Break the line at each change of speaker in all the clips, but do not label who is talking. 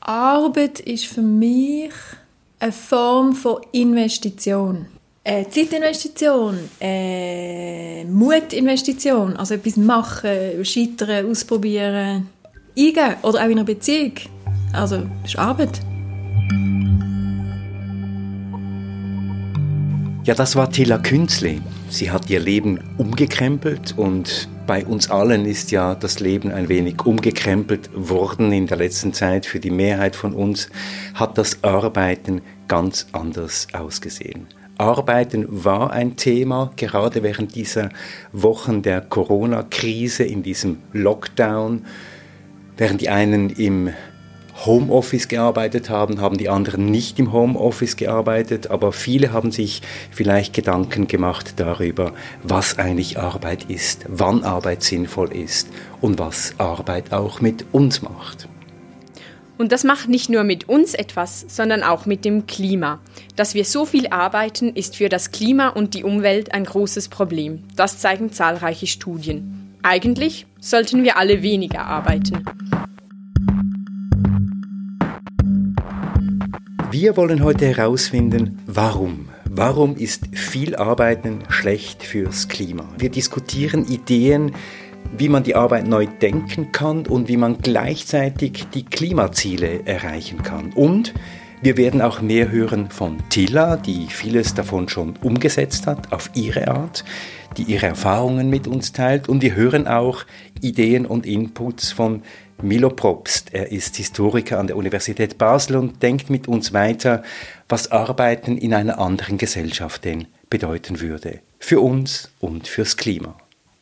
Arbeit ist für mich eine Form von Investition. Zeitinvestition, Mutinvestition, also etwas machen, scheitern, ausprobieren, eingeben oder auch in einer Beziehung. Also, das ist Arbeit.
Ja, das war Tilla Künzli. Sie hat ihr Leben umgekrempelt und bei uns allen ist ja das Leben ein wenig umgekrempelt worden in der letzten Zeit. Für die Mehrheit von uns hat das Arbeiten ganz anders ausgesehen. Arbeiten war ein Thema, gerade während dieser Wochen der Corona-Krise, in diesem Lockdown. Während die einen im Homeoffice gearbeitet haben, haben die anderen nicht im Homeoffice gearbeitet, aber viele haben sich vielleicht Gedanken gemacht darüber, was eigentlich Arbeit ist, wann Arbeit sinnvoll ist und was Arbeit auch mit uns macht.
Und das macht nicht nur mit uns etwas, sondern auch mit dem Klima. Dass wir so viel arbeiten, ist für das Klima und die Umwelt ein großes Problem. Das zeigen zahlreiche Studien. Eigentlich sollten wir alle weniger arbeiten.
Wir wollen heute herausfinden, warum. Warum ist viel Arbeiten schlecht fürs Klima? Wir diskutieren Ideen, wie man die Arbeit neu denken kann und wie man gleichzeitig die Klimaziele erreichen kann. Und wir werden auch mehr hören von Tilla, die vieles davon schon umgesetzt hat, auf ihre Art, die ihre Erfahrungen mit uns teilt. Und wir hören auch Ideen und Inputs von Milo Probst. Er ist Historiker an der Universität Basel und denkt mit uns weiter, was Arbeiten in einer anderen Gesellschaft denn bedeuten würde. Für uns und fürs Klima.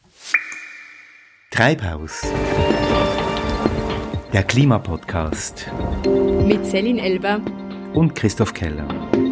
Treibhaus. Der Klimapodcast.
Mit Celine Elber
und Christoph Keller.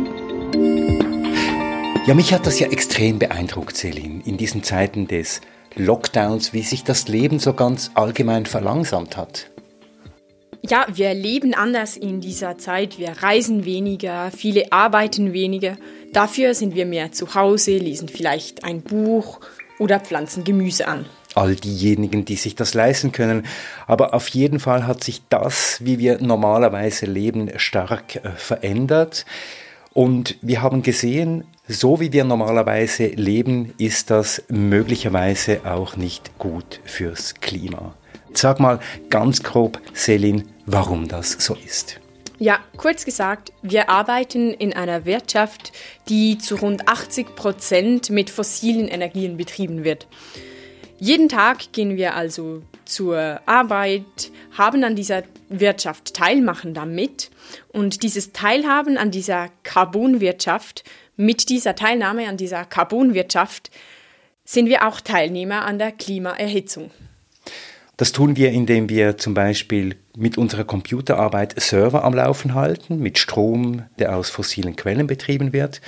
Ja, mich hat das ja extrem beeindruckt, Celine, in diesen Zeiten des Lockdowns, wie sich das Leben so ganz allgemein verlangsamt hat.
Ja, wir leben anders in dieser Zeit. Wir reisen weniger, viele arbeiten weniger. Dafür sind wir mehr zu Hause, lesen vielleicht ein Buch oder pflanzen Gemüse an.
All diejenigen, die sich das leisten können. Aber auf jeden Fall hat sich das, wie wir normalerweise leben, stark verändert. Und wir haben gesehen, so wie wir normalerweise leben, ist das möglicherweise auch nicht gut fürs Klima. Sag mal ganz grob, Celine, warum das so ist.
Ja, kurz gesagt, wir arbeiten in einer Wirtschaft, die zu rund 80% mit fossilen Energien betrieben wird. Jeden Tag gehen wir also zur Arbeit, haben an dieser Wirtschaft teil, machen da mit. Und dieses Teilhaben an dieser Carbonwirtschaft, mit dieser Teilnahme an dieser Carbonwirtschaft, sind wir auch Teilnehmer an der Klimaerhitzung.
Das tun wir, indem wir zum Beispiel mit unserer Computerarbeit Server am Laufen halten, mit Strom, der aus fossilen Quellen betrieben wird.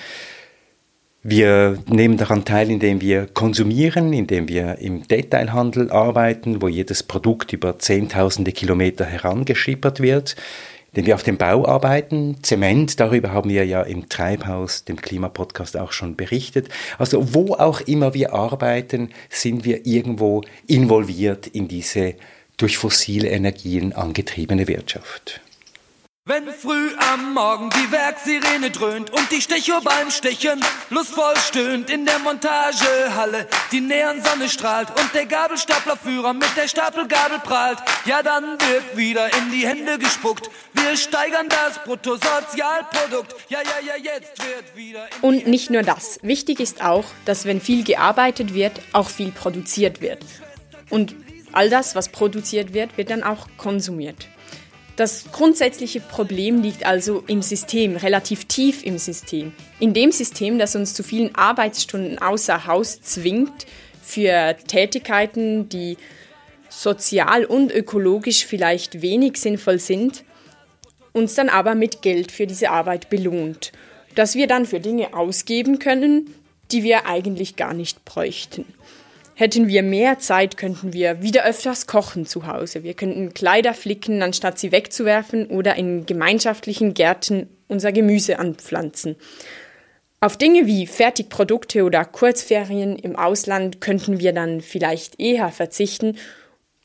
Wir nehmen daran teil, indem wir konsumieren, indem wir im Detailhandel arbeiten, wo jedes Produkt über Zehntausende Kilometer herangeschippert wird, indem wir auf dem Bau arbeiten, Zement, darüber haben wir ja im Treibhaus, dem Klimapodcast, auch schon berichtet. Also wo auch immer wir arbeiten, sind wir irgendwo involviert in diese durch fossile Energien angetriebene Wirtschaft.
Wenn früh am Morgen die Werksirene dröhnt und die Stechuhr beim Stechen lustvoll stöhnt in der Montagehalle, die Neonsonne strahlt und der Gabelstaplerführer mit der Stapelgabel prahlt, ja dann wird wieder in die Hände gespuckt. Wir steigern das Bruttosozialprodukt, ja, jetzt wird wieder...
Und nicht nur das, wichtig ist auch, dass wenn viel gearbeitet wird, auch viel produziert wird. Und all das, was produziert wird, wird dann auch konsumiert. Das grundsätzliche Problem liegt also im System, relativ tief im System. In dem System, das uns zu vielen Arbeitsstunden außer Haus zwingt, für Tätigkeiten, die sozial und ökologisch vielleicht wenig sinnvoll sind, uns dann aber mit Geld für diese Arbeit belohnt, das wir dann für Dinge ausgeben können, die wir eigentlich gar nicht bräuchten. Hätten wir mehr Zeit, könnten wir wieder öfters kochen zu Hause. Wir könnten Kleider flicken, anstatt sie wegzuwerfen, oder in gemeinschaftlichen Gärten unser Gemüse anpflanzen. Auf Dinge wie Fertigprodukte oder Kurzferien im Ausland könnten wir dann vielleicht eher verzichten,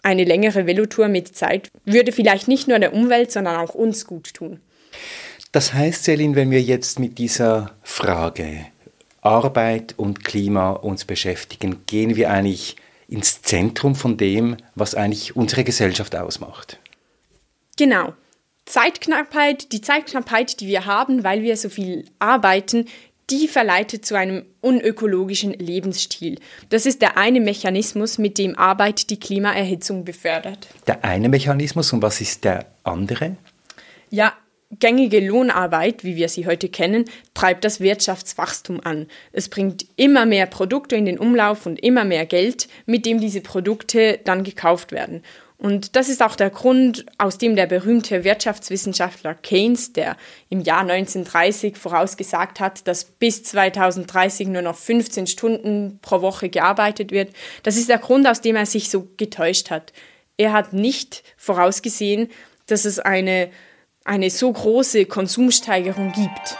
eine längere Velotour mit Zeit würde vielleicht nicht nur der Umwelt, sondern auch uns gut tun.
Das heißt, Céline, wenn wir jetzt mit dieser Frage Arbeit und Klima uns beschäftigen, gehen wir eigentlich ins Zentrum von dem, was eigentlich unsere Gesellschaft ausmacht.
Genau. Die Zeitknappheit, die wir haben, weil wir so viel arbeiten, die verleitet zu einem unökologischen Lebensstil. Das ist der eine Mechanismus, mit dem Arbeit die Klimaerhitzung befördert.
Der eine Mechanismus, und was ist der andere?
Ja, gängige Lohnarbeit, wie wir sie heute kennen, treibt das Wirtschaftswachstum an. Es bringt immer mehr Produkte in den Umlauf und immer mehr Geld, mit dem diese Produkte dann gekauft werden. Und das ist auch der Grund, aus dem der berühmte Wirtschaftswissenschaftler Keynes, der im Jahr 1930 vorausgesagt hat, dass bis 2030 nur noch 15 Stunden pro Woche gearbeitet wird. Das ist der Grund, aus dem er sich so getäuscht hat. Er hat nicht vorausgesehen, dass es eine so große Konsumsteigerung gibt.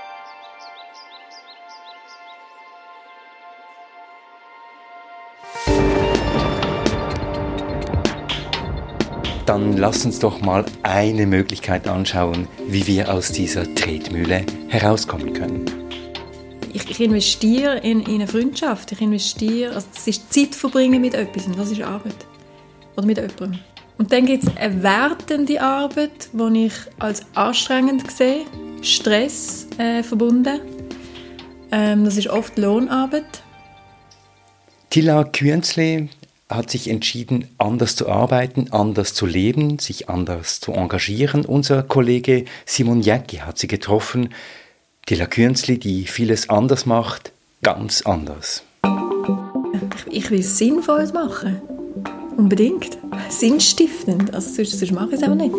Dann lass uns doch mal eine Möglichkeit anschauen, wie wir aus dieser Tretmühle herauskommen können.
Ich investiere in eine Freundschaft. Das ist Zeit verbringen mit etwas, und das ist Arbeit. Oder mit jemandem. Und dann gibt es eine wertende Arbeit, die ich als anstrengend sehe, Stress verbunden. Das ist oft Lohnarbeit.
Tilla Künzli hat sich entschieden, anders zu arbeiten, anders zu leben, sich anders zu engagieren. Unser Kollege Simon Jäcki hat sie getroffen. Tilla Künzli, die vieles anders macht, ganz anders.
Ich will Sinnvolles machen. Unbedingt. Sinnstiftend. Also sonst mache ich es auch nicht.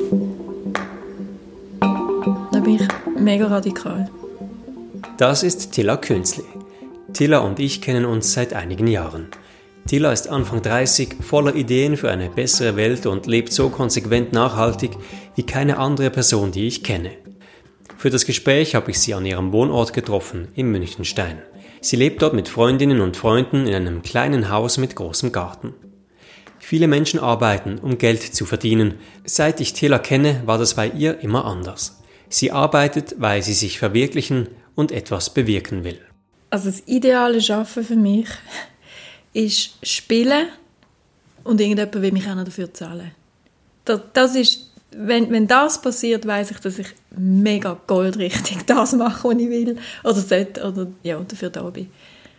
Da bin ich mega radikal.
Das ist Tilla Künzli. Tilla und ich kennen uns seit einigen Jahren. Tilla ist Anfang 30, voller Ideen für eine bessere Welt und lebt so konsequent nachhaltig wie keine andere Person, die ich kenne. Für das Gespräch habe ich sie an ihrem Wohnort getroffen, in Münchenstein. Sie lebt dort mit Freundinnen und Freunden in einem kleinen Haus mit großem Garten. Viele Menschen arbeiten, um Geld zu verdienen. Seit ich Tilla kenne, war das bei ihr immer anders. Sie arbeitet, weil sie sich verwirklichen und etwas bewirken will.
Also das ideale Arbeiten für mich ist spielen und irgendjemand will mich auch noch dafür zahlen. Das ist, wenn das passiert, weiss ich, dass ich mega goldrichtig das mache, was ich will oder sollte oder ja, dafür da bin.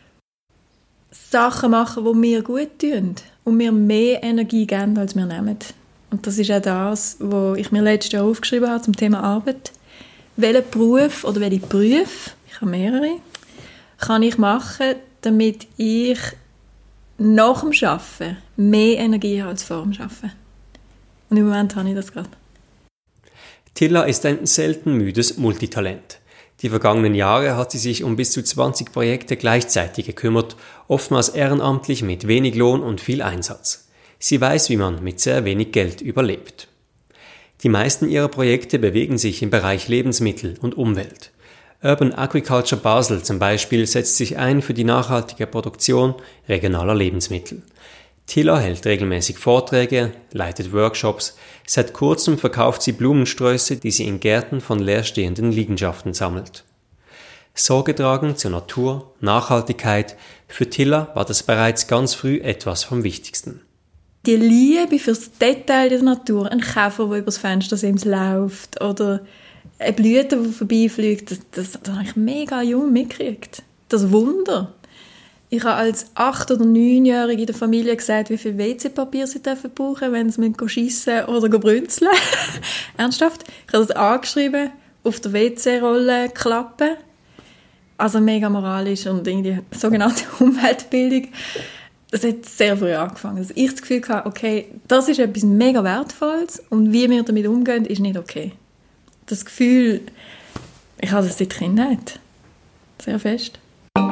Sachen machen, die mir gut tun und mir mehr Energie geben, als wir nehmen. Und das ist auch das, was ich mir letztes Jahr aufgeschrieben habe zum Thema Arbeit. Welchen Beruf oder welche Berufe, ich habe mehrere, kann ich machen, damit ich nach dem Arbeiten mehr Energie habe als vor dem Arbeiten. Und im Moment habe ich das gerade.
Tilla ist ein selten müdes Multitalent. Die vergangenen Jahre hat sie sich um bis zu 20 Projekte gleichzeitig gekümmert, oftmals ehrenamtlich mit wenig Lohn und viel Einsatz. Sie weiß, wie man mit sehr wenig Geld überlebt. Die meisten ihrer Projekte bewegen sich im Bereich Lebensmittel und Umwelt. Urban Agriculture Basel zum Beispiel setzt sich ein für die nachhaltige Produktion regionaler Lebensmittel. Tilla hält regelmäßig Vorträge, leitet Workshops. Seit kurzem verkauft sie Blumensträuße, die sie in Gärten von leerstehenden Liegenschaften sammelt. Sorge tragen zur Natur, Nachhaltigkeit. Für Tilla war das bereits ganz früh etwas vom Wichtigsten.
Die Liebe fürs Detail der Natur, ein Käfer, der übers Fenstersims läuft oder eine Blüte, die vorbeifliegt, das habe ich mega jung mitgekriegt. Das Wunder. Ich habe als 8- oder 9-Jährige der Familie gesagt, wie viel WC-Papier sie brauchen dürfen, wenn sie schiessen oder brünzeln. Ernsthaft? Ich habe das angeschrieben, auf der WC-Rolle klappen. Also mega moralisch und irgendwie sogenannte Umweltbildung. Das hat sehr früh angefangen. Dass ich das Gefühl hatte, okay, das ist etwas mega Wertvolles und wie wir damit umgehen, ist nicht okay. Das Gefühl, ich habe das seit Kindheit. Sehr fest.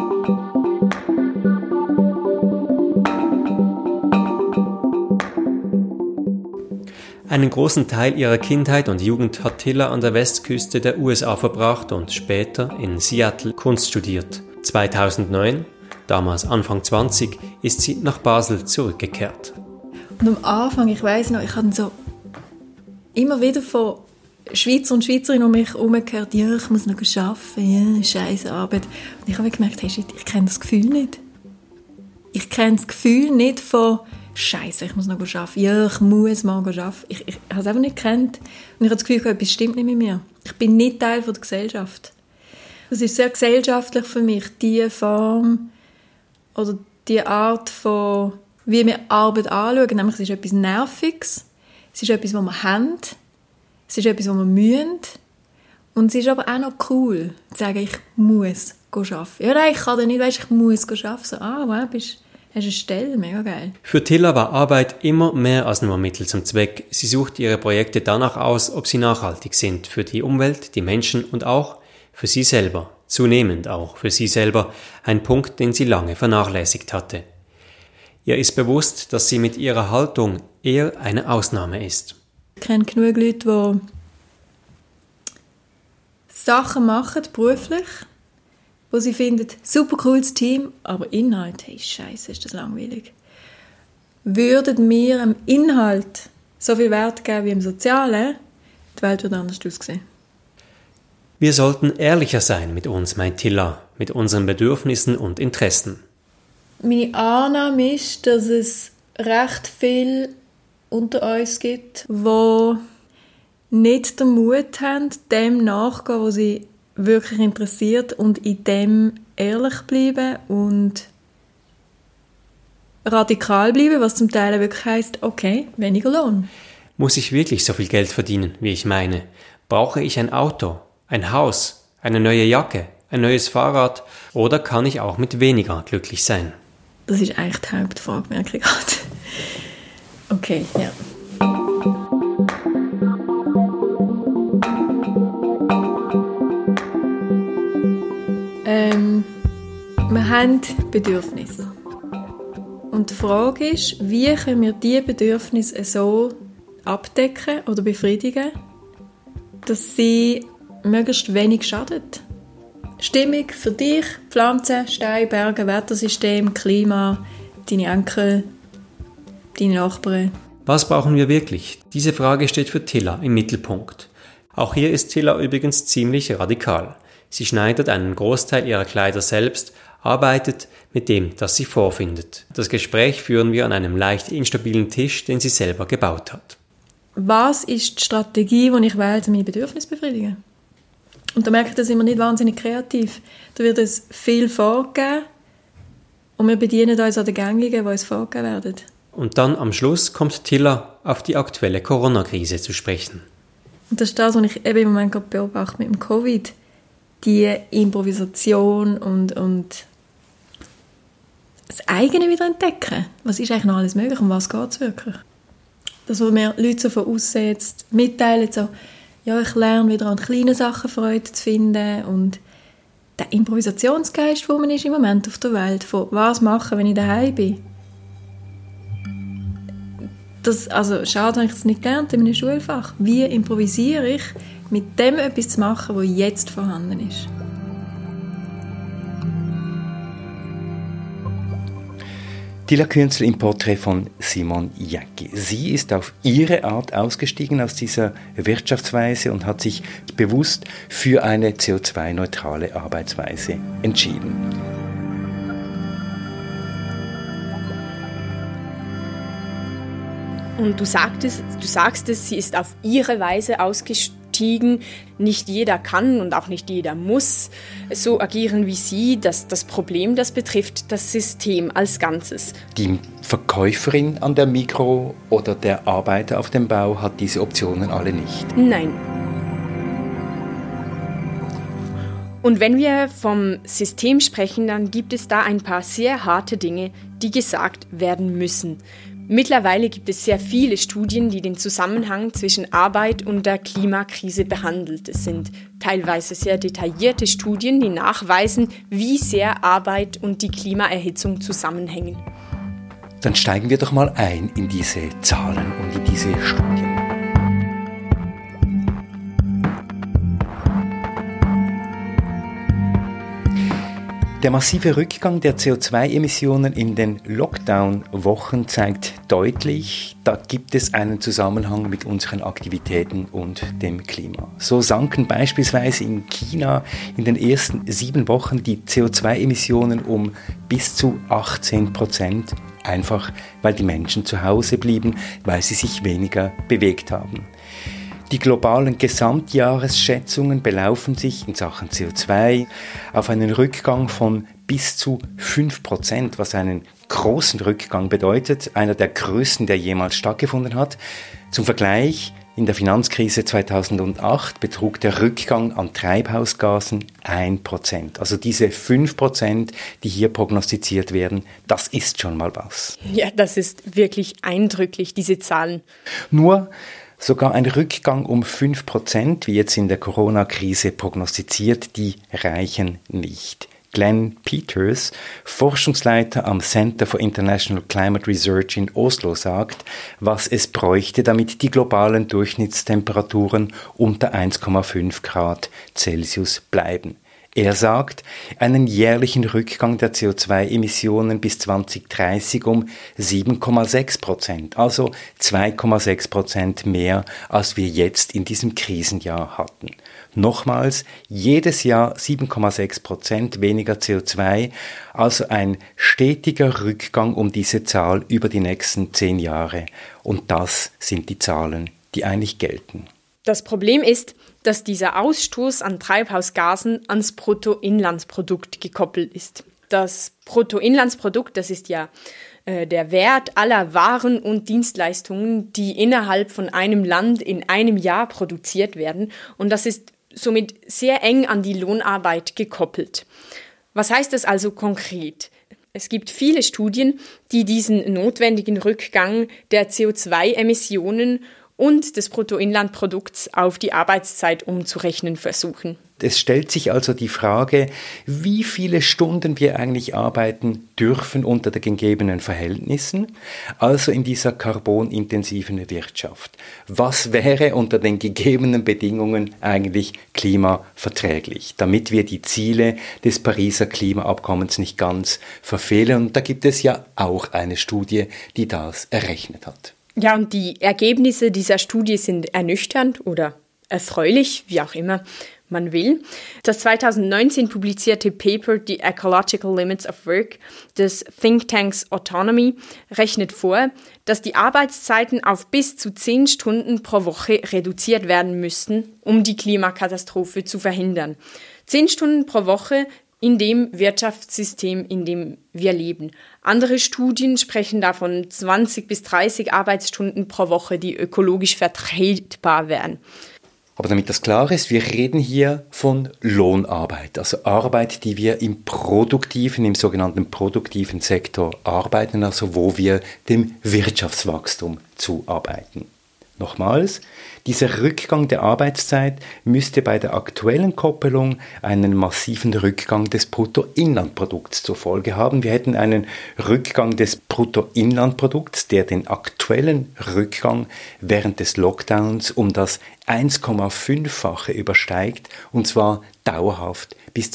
Einen großen Teil ihrer Kindheit und Jugend hat Tilla an der Westküste der USA verbracht und später in Seattle Kunst studiert. 2009, damals Anfang 20, ist sie nach Basel zurückgekehrt.
Und am Anfang, ich weiss noch, ich habe so immer wieder von Schweizer und Schweizerinnen um mich herum gehört, ja, ich muss noch arbeiten, ja, scheisse Arbeit. Und ich habe gemerkt, hey, shit, ich kenne das Gefühl nicht. Ich kenne das Gefühl nicht von Scheiße, ich muss noch arbeiten. Ja, ich muss mal arbeiten. Ich habe es einfach nicht gekannt. Und ich habe das Gefühl, etwas stimmt nicht mit mir. Ich bin nicht Teil der Gesellschaft. Das ist sehr gesellschaftlich für mich, die Form oder die Art von, wie wir Arbeit anschauen. Nämlich, es ist etwas Nerviges, es ist etwas, was wir haben, es ist etwas, was wir müssen. Und es ist aber auch noch cool, zu sagen, ich muss arbeiten. Ja, nein, ich kann nicht, weißt, ich muss arbeiten. So, wow, hast eine Stelle, mega geil.
Für Tilla war Arbeit immer mehr als nur Mittel zum Zweck. Sie sucht ihre Projekte danach aus, ob sie nachhaltig sind, für die Umwelt, die Menschen und auch für sie selber. Zunehmend auch für sie selber, ein Punkt, den sie lange vernachlässigt hatte. Ihr ist bewusst, dass sie mit ihrer Haltung eher eine Ausnahme ist.
Ich kenne genug Leute, die Sachen machen, beruflich, wo sie finden, super cooles Team, aber Inhalt, hey, scheiße, ist das langweilig. Würden wir am Inhalt so viel Wert geben wie im Sozialen, die Welt würde anders aussehen.
Wir sollten ehrlicher sein mit uns, meint Tilla, mit unseren Bedürfnissen und Interessen.
Meine Annahme ist, dass es recht viel unter uns gibt, die nicht den Mut haben, dem nachzugehen, was sie wirklich interessiert und in dem ehrlich bleiben und radikal bleiben, was zum Teil wirklich heisst, okay, weniger Lohn.
Muss ich wirklich so viel Geld verdienen, wie ich meine? Brauche ich ein Auto, ein Haus, eine neue Jacke, ein neues Fahrrad oder kann ich auch mit weniger glücklich sein?
Das ist eigentlich die Hauptfrage, merke ich gerade. Okay, ja. Wir haben Bedürfnisse. Und die Frage ist, wie können wir diese Bedürfnisse so abdecken oder befriedigen, dass sie möglichst wenig schaden. Stimmung für dich, Pflanzen, Steine, Berge, Wettersystem, Klima, deine Enkel, deine Nachbarn.
Was brauchen wir wirklich? Diese Frage steht für Tilla im Mittelpunkt. Auch hier ist Tilla übrigens ziemlich radikal. Sie schneidet einen Großteil ihrer Kleider selbst, arbeitet mit dem, das sie vorfindet. Das Gespräch führen wir an einem leicht instabilen Tisch, den sie selber gebaut hat.
Was ist die Strategie, die ich wähle, um meine Bedürfnisse zu befriedigen? Und da merke ich, da sind wir nicht wahnsinnig kreativ. Da wird uns viel vorgegeben und wir bedienen uns an den Gängigen, die uns vorgegeben werden.
Und dann am Schluss kommt Tilla auf die aktuelle Corona-Krise zu sprechen.
Und das ist das, was ich eben im Moment gerade beobachte mit dem Covid. Die Improvisation und das eigene wieder entdecken. Was ist eigentlich noch alles möglich und was geht es wirklich? Das, was mir Leute so von aussen jetzt mitteilen, so, ja, ich lerne wieder an kleinen Sachen Freude zu finden und der Improvisationsgeist, wo man ist im Moment auf der Welt, von was machen, wenn ich daheim bin. Das, also schade, habe ich das nicht gelernt in meinem Schulfach. Wie improvisiere ich, mit dem etwas zu machen, was jetzt vorhanden ist?
Tilla Künzle im Porträt von Simon Jäcki. Sie ist auf ihre Art ausgestiegen aus dieser Wirtschaftsweise und hat sich bewusst für eine CO2-neutrale Arbeitsweise entschieden.
Und du sagst es, sie ist auf ihre Weise ausgestiegen. Nicht jeder kann und auch nicht jeder muss so agieren wie sie. Das Problem, das betrifft das System als Ganzes.
Die Verkäuferin an der Mikro oder der Arbeiter auf dem Bau hat diese Optionen alle nicht.
Nein. Und wenn wir vom System sprechen, dann gibt es da ein paar sehr harte Dinge, die gesagt werden müssen. Mittlerweile gibt es sehr viele Studien, die den Zusammenhang zwischen Arbeit und der Klimakrise behandelt. Es sind teilweise sehr detaillierte Studien, die nachweisen, wie sehr Arbeit und die Klimaerhitzung zusammenhängen.
Dann steigen wir doch mal ein in diese Zahlen und in diese Studien. Der massive Rückgang der CO2-Emissionen in den Lockdown-Wochen zeigt deutlich, da gibt es einen Zusammenhang mit unseren Aktivitäten und dem Klima. So sanken beispielsweise in China in den ersten 7 Wochen die CO2-Emissionen um bis zu 18%, einfach weil die Menschen zu Hause blieben, weil sie sich weniger bewegt haben. Die globalen Gesamtjahresschätzungen belaufen sich in Sachen CO2 auf einen Rückgang von bis zu 5%, was einen großen Rückgang bedeutet, einer der größten, der jemals stattgefunden hat. Zum Vergleich, in der Finanzkrise 2008 betrug der Rückgang an Treibhausgasen 1%. Also diese 5%, die hier prognostiziert werden, das ist schon mal was.
Ja, das ist wirklich eindrücklich, diese Zahlen.
Nur sogar ein Rückgang um 5%, wie jetzt in der Corona-Krise prognostiziert, die reichen nicht. Glenn Peters, Forschungsleiter am Center for International Climate Research in Oslo, sagt, was es bräuchte, damit die globalen Durchschnittstemperaturen unter 1,5 Grad Celsius bleiben. Er sagt, einen jährlichen Rückgang der CO2-Emissionen bis 2030 um 7,6%, also 2,6% mehr, als wir jetzt in diesem Krisenjahr hatten. Nochmals, jedes Jahr 7,6% weniger CO2, also ein stetiger Rückgang um diese Zahl über die nächsten 10 Jahre. Und das sind die Zahlen, die eigentlich gelten.
Das Problem ist, dass dieser Ausstoß an Treibhausgasen ans Bruttoinlandsprodukt gekoppelt ist. Das Bruttoinlandsprodukt, das ist ja der Wert aller Waren und Dienstleistungen, die innerhalb von einem Land in einem Jahr produziert werden. Und das ist somit sehr eng an die Lohnarbeit gekoppelt. Was heißt das also konkret? Es gibt viele Studien, die diesen notwendigen Rückgang der CO2-Emissionen und des Bruttoinlandprodukts auf die Arbeitszeit umzurechnen versuchen.
Es stellt sich also die Frage, wie viele Stunden wir eigentlich arbeiten dürfen unter den gegebenen Verhältnissen, also in dieser carbonintensiven Wirtschaft. Was wäre unter den gegebenen Bedingungen eigentlich klimaverträglich, damit wir die Ziele des Pariser Klimaabkommens nicht ganz verfehlen? Und da gibt es ja auch eine Studie, die das errechnet hat.
Ja, und die Ergebnisse dieser Studie sind ernüchternd oder erfreulich, wie auch immer man will. Das 2019 publizierte Paper The Ecological Limits of Work des Thinktanks Autonomy rechnet vor, dass die Arbeitszeiten auf bis zu 10 Stunden pro Woche reduziert werden müssten, um die Klimakatastrophe zu verhindern. 10 Stunden pro Woche in dem Wirtschaftssystem, in dem wir leben. Andere Studien sprechen davon 20 bis 30 Arbeitsstunden pro Woche, die ökologisch vertretbar wären.
Aber damit das klar ist, wir reden hier von Lohnarbeit, also Arbeit, die wir im sogenannten produktiven Sektor arbeiten, also wo wir dem Wirtschaftswachstum zuarbeiten. Nochmals, dieser Rückgang der Arbeitszeit müsste bei der aktuellen Koppelung einen massiven Rückgang des Bruttoinlandprodukts zur Folge haben. Wir hätten einen Rückgang des Bruttoinlandprodukts, der den aktuellen Rückgang während des Lockdowns um das 1,5-fache übersteigt, und zwar dauerhaft bis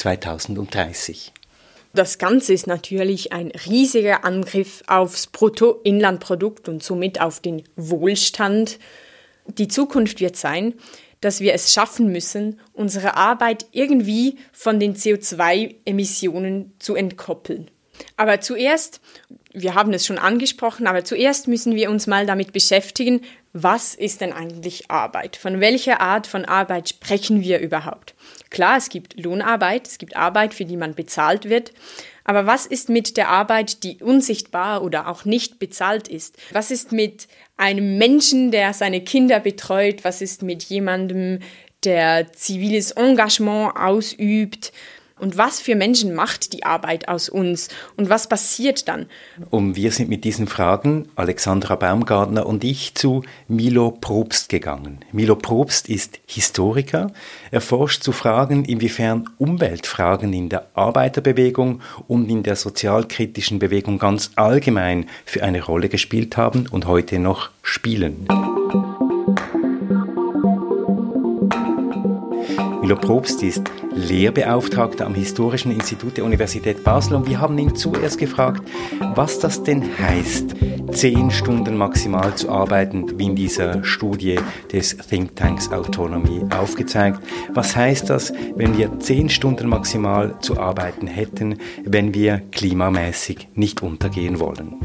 2030.
Das Ganze ist natürlich ein riesiger Angriff aufs Bruttoinlandprodukt und somit auf den Wohlstand. Die Zukunft wird sein, dass wir es schaffen müssen, unsere Arbeit irgendwie von den CO2-Emissionen zu entkoppeln. Aber zuerst, wir haben es schon angesprochen, aber zuerst müssen wir uns mal damit beschäftigen, was ist denn eigentlich Arbeit? Von welcher Art von Arbeit sprechen wir überhaupt? Klar, es gibt Lohnarbeit, es gibt Arbeit, für die man bezahlt wird. Aber was ist mit der Arbeit, die unsichtbar oder auch nicht bezahlt ist? Was ist mit einem Menschen, der seine Kinder betreut? Was ist mit jemandem, der ziviles Engagement ausübt? Und was für Menschen macht die Arbeit aus uns? Und was passiert dann?
Und wir sind mit diesen Fragen, Alexandra Baumgartner und ich, zu Milo Probst gegangen. Milo Probst ist Historiker. Er forscht zu Fragen, inwiefern Umweltfragen in der Arbeiterbewegung und in der sozialkritischen Bewegung ganz allgemein für eine Rolle gespielt haben und heute noch spielen. Milo Probst ist Lehrbeauftragter am Historischen Institut der Universität Basel und wir haben ihn zuerst gefragt, was das denn heißt, 10 Stunden maximal zu arbeiten, wie in dieser Studie des Thinktanks Autonomy aufgezeigt. Was heißt das, wenn wir 10 Stunden maximal zu arbeiten hätten, wenn wir klimamäßig nicht untergehen wollen?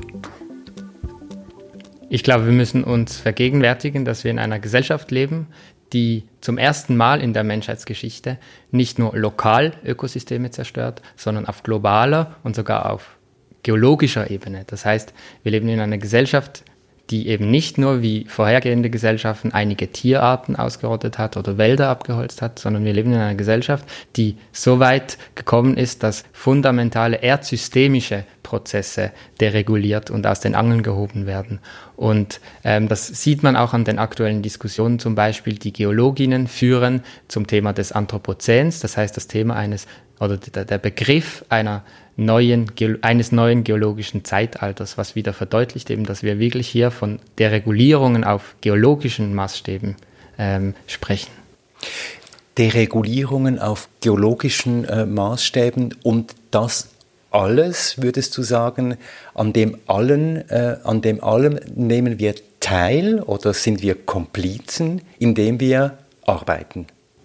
Ich glaube, wir müssen uns vergegenwärtigen, dass wir in einer Gesellschaft leben, die zum ersten Mal in der Menschheitsgeschichte nicht nur lokal Ökosysteme zerstört, sondern auf globaler und sogar auf geologischer Ebene. Das heißt, wir leben in einer Gesellschaft, die eben nicht nur wie vorhergehende Gesellschaften einige Tierarten ausgerottet hat oder Wälder abgeholzt hat, sondern wir leben in einer Gesellschaft, die so weit gekommen ist, dass fundamentale erdsystemische Prozesse dereguliert und aus den Angeln gehoben werden. Und das sieht man auch an den aktuellen Diskussionen, zum Beispiel die Geologinnen führen zum Thema des Anthropozäns, das heißt das Thema der Begriff eines neuen geologischen Zeitalters, was wieder verdeutlicht eben, dass wir wirklich hier von Deregulierungen auf geologischen Maßstäben sprechen.
Deregulierungen auf geologischen Maßstäben und das alles, würdest du sagen, an dem allem nehmen wir teil oder sind wir Komplizen, indem wir arbeiten?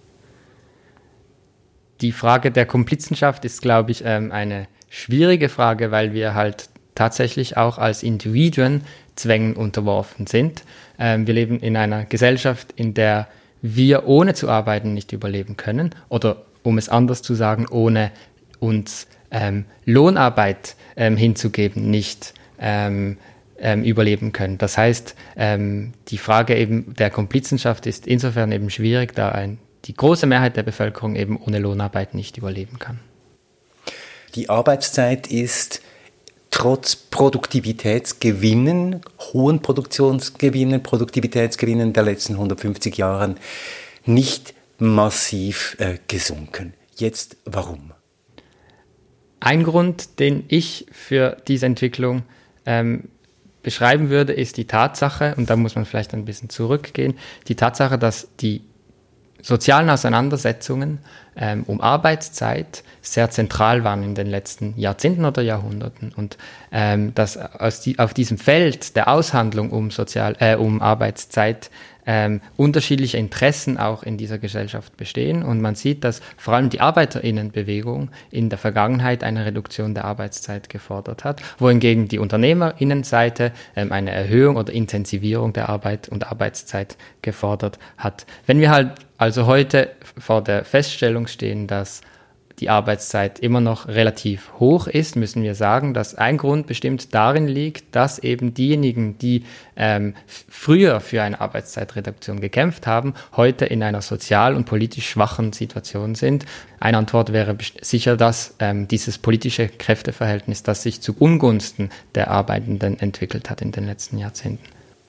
Die Frage der Komplizenschaft ist, glaube ich, eine schwierige Frage, weil wir halt tatsächlich auch als Individuen Zwängen unterworfen sind. Wir leben in einer Gesellschaft, in der wir ohne zu arbeiten nicht überleben können oder, um es anders zu sagen, ohne uns Lohnarbeit hinzugeben, nicht überleben können. Das heißt, die Frage eben der Komplizenschaft ist insofern eben schwierig, da die große Mehrheit der Bevölkerung eben ohne Lohnarbeit nicht überleben kann.
Die Arbeitszeit ist trotz Produktivitätsgewinnen, hohen Produktivitätsgewinnen der letzten 150 Jahren nicht massiv gesunken. Jetzt warum?
Ein Grund, den ich für diese Entwicklung beschreiben würde, ist die Tatsache, und da muss man vielleicht ein bisschen zurückgehen, die Tatsache, dass die sozialen Auseinandersetzungen um Arbeitszeit sehr zentral waren in den letzten Jahrzehnten oder Jahrhunderten und dass auf diesem Feld der Aushandlung um Arbeitszeit unterschiedliche Interessen auch in dieser Gesellschaft bestehen und man sieht, dass vor allem die ArbeiterInnenbewegung in der Vergangenheit eine Reduktion der Arbeitszeit gefordert hat, wohingegen die UnternehmerInnenseite eine Erhöhung oder Intensivierung der Arbeit und Arbeitszeit gefordert hat. Wenn wir halt also heute vor der Feststellung stehen, dass die Arbeitszeit immer noch relativ hoch ist, müssen wir sagen, dass ein Grund bestimmt darin liegt, dass eben diejenigen, die früher für eine Arbeitszeitreduktion gekämpft haben, heute in einer sozial und politisch schwachen Situation sind. Eine Antwort wäre sicher, dass dieses politische Kräfteverhältnis, das sich zu Ungunsten der Arbeitenden entwickelt hat in den letzten Jahrzehnten.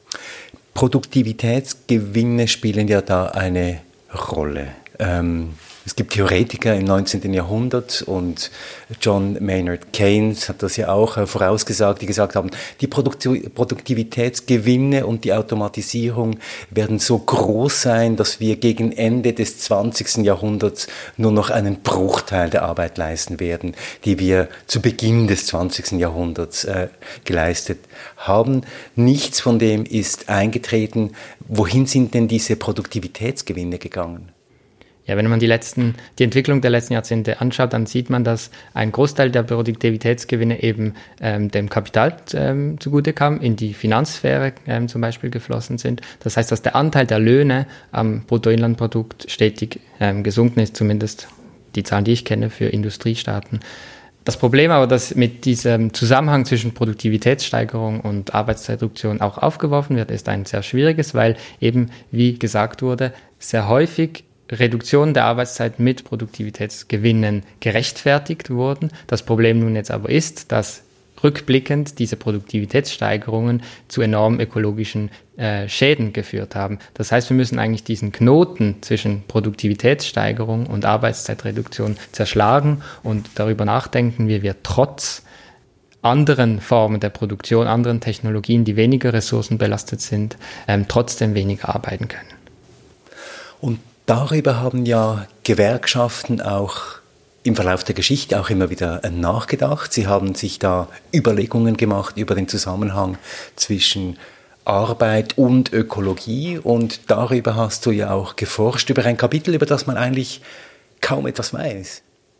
Produktivitätsgewinne spielen ja da eine Rolle. Es gibt Theoretiker im 19. Jahrhundert und John Maynard Keynes hat das ja auch vorausgesagt, die gesagt haben, die Produktivitätsgewinne und die Automatisierung werden so groß sein, dass wir gegen Ende des 20. Jahrhunderts nur noch einen Bruchteil der Arbeit leisten werden, die wir zu Beginn des 20. Jahrhunderts geleistet haben. Nichts von dem ist eingetreten. Wohin sind denn diese Produktivitätsgewinne gegangen?
Ja, wenn man die Entwicklung der letzten Jahrzehnte anschaut, dann sieht man, dass ein Großteil der Produktivitätsgewinne eben dem Kapital zugute kam, in die Finanzsphäre zum Beispiel geflossen sind. Das heißt, dass der Anteil der Löhne am Bruttoinlandprodukt stetig gesunken ist, zumindest die Zahlen, die ich kenne für Industriestaaten. Das Problem aber, das mit diesem Zusammenhang zwischen Produktivitätssteigerung und Arbeitszeitreduktion auch aufgeworfen wird, ist ein sehr schwieriges, weil eben, wie gesagt wurde, sehr häufig Reduktion der Arbeitszeit mit Produktivitätsgewinnen gerechtfertigt wurden. Das Problem nun jetzt aber ist, dass rückblickend diese Produktivitätssteigerungen zu enormen ökologischen Schäden geführt haben. Das heißt, wir müssen eigentlich diesen Knoten zwischen Produktivitätssteigerung und Arbeitszeitreduktion zerschlagen und darüber nachdenken, wie wir trotz anderen Formen der Produktion, anderen Technologien, die weniger ressourcenbelastet sind, trotzdem weniger arbeiten können.
Und Darüber haben ja Gewerkschaften auch im Verlauf der Geschichte auch immer wieder nachgedacht. Sie haben sich da Überlegungen gemacht über den Zusammenhang zwischen Arbeit und Ökologie, und darüber hast du ja auch geforscht, über ein Kapitel, über das man eigentlich kaum etwas weiß.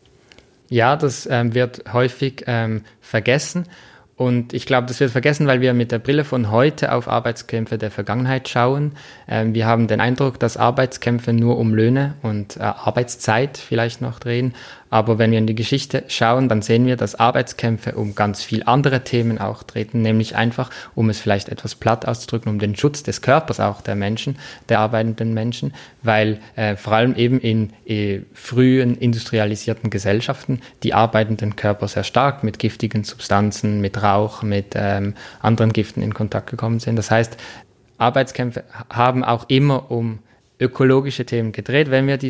Ja, das wird häufig vergessen. Und ich glaube, das wird vergessen, weil wir mit der Brille von heute auf Arbeitskämpfe der Vergangenheit schauen. Wir haben den Eindruck, dass Arbeitskämpfe nur um Löhne und Arbeitszeit vielleicht noch drehen. Aber wenn wir in die Geschichte schauen, dann sehen wir, dass Arbeitskämpfe um ganz viel andere Themen auch treten, nämlich einfach, um es vielleicht etwas platt auszudrücken, um den Schutz des Körpers auch der Menschen, der arbeitenden Menschen, weil vor allem eben in frühen industrialisierten Gesellschaften die arbeitenden Körper sehr stark mit giftigen Substanzen, mit Rauch, mit anderen Giften in Kontakt gekommen sind. Das heißt, Arbeitskämpfe haben auch immer um ökologische Themen gedreht, wenn wir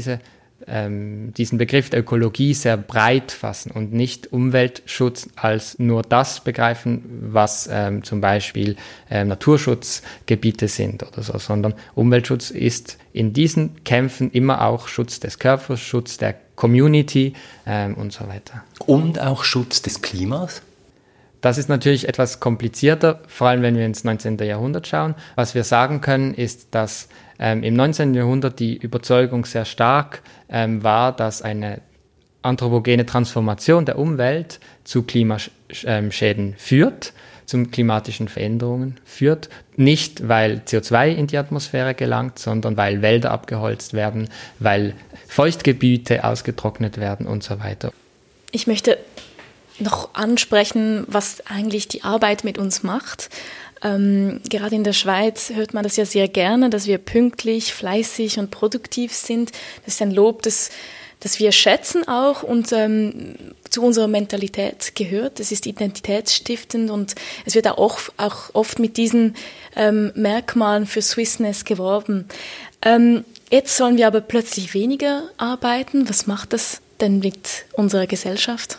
diesen Begriff der Ökologie sehr breit fassen und nicht Umweltschutz als nur das begreifen, was zum Beispiel Naturschutzgebiete sind oder so, sondern Umweltschutz ist in diesen Kämpfen immer auch Schutz des Körpers, Schutz der Community und so weiter.
Und auch Schutz des Klimas?
Das ist natürlich etwas komplizierter, vor allem wenn wir ins 19. Jahrhundert schauen. Was wir sagen können, ist, dass im 19. Jahrhundert die Überzeugung sehr stark war, dass eine anthropogene Transformation der Umwelt zu Klimaschäden führt, zu klimatischen Veränderungen führt. Nicht, weil CO2 in die Atmosphäre gelangt, sondern weil Wälder abgeholzt werden, weil Feuchtgebiete ausgetrocknet werden und so weiter.
Ich möchte noch ansprechen, was eigentlich die Arbeit mit uns macht. Gerade in der Schweiz hört man das ja sehr gerne, dass wir pünktlich, fleißig und produktiv sind. Das ist ein Lob, das wir schätzen auch und zu unserer Mentalität gehört. Das ist identitätsstiftend und es wird auch oft mit diesen Merkmalen für Swissness geworben. Jetzt sollen wir aber plötzlich weniger arbeiten. Was macht das denn mit unserer Gesellschaft?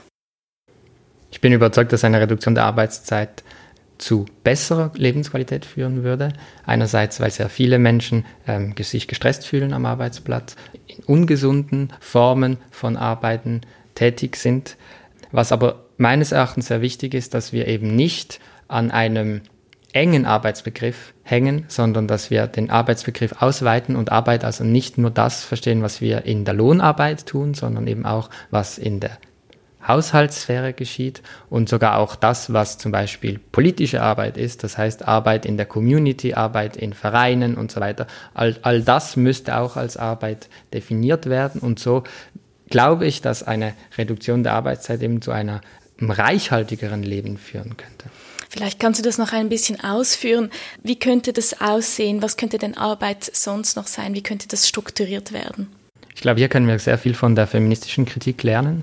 Ich bin überzeugt, dass eine Reduktion der Arbeitszeit zu besserer Lebensqualität führen würde. Einerseits, weil sehr viele Menschen sich gestresst fühlen am Arbeitsplatz, in ungesunden Formen von Arbeiten tätig sind. Was aber meines Erachtens sehr wichtig ist, dass wir eben nicht an einem engen Arbeitsbegriff hängen, sondern dass wir den Arbeitsbegriff ausweiten und Arbeit also nicht nur das verstehen, was wir in der Lohnarbeit tun, sondern eben auch, was in der Haushaltssphäre geschieht und sogar auch das, was zum Beispiel politische Arbeit ist, das heißt Arbeit in der Community, Arbeit in Vereinen und so weiter. All das müsste auch als Arbeit definiert werden und so glaube ich, dass eine Reduktion der Arbeitszeit eben zu einem reichhaltigeren Leben führen könnte.
Vielleicht kannst du das noch ein bisschen ausführen. Wie könnte das aussehen? Was könnte denn Arbeit sonst noch sein? Wie könnte das strukturiert werden?
Ich glaube, hier können wir sehr viel von der feministischen Kritik lernen.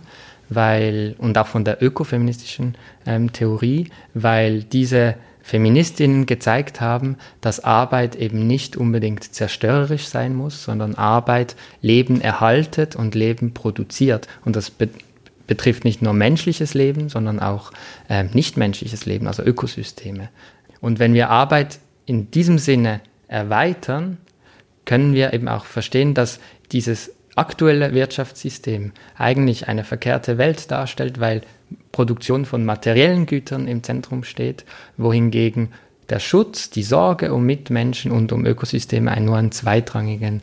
Und auch von der ökofeministischen Theorie, weil diese Feministinnen gezeigt haben, dass Arbeit eben nicht unbedingt zerstörerisch sein muss, sondern Arbeit Leben erhaltet und Leben produziert. Und das betrifft nicht nur menschliches Leben, sondern auch nichtmenschliches Leben, also Ökosysteme. Und wenn wir Arbeit in diesem Sinne erweitern, können wir eben auch verstehen, dass dieses aktuelle Wirtschaftssystem eigentlich eine verkehrte Welt darstellt, weil Produktion von materiellen Gütern im Zentrum steht, wohingegen der Schutz, die Sorge um Mitmenschen und um Ökosysteme nur eine zweitrangige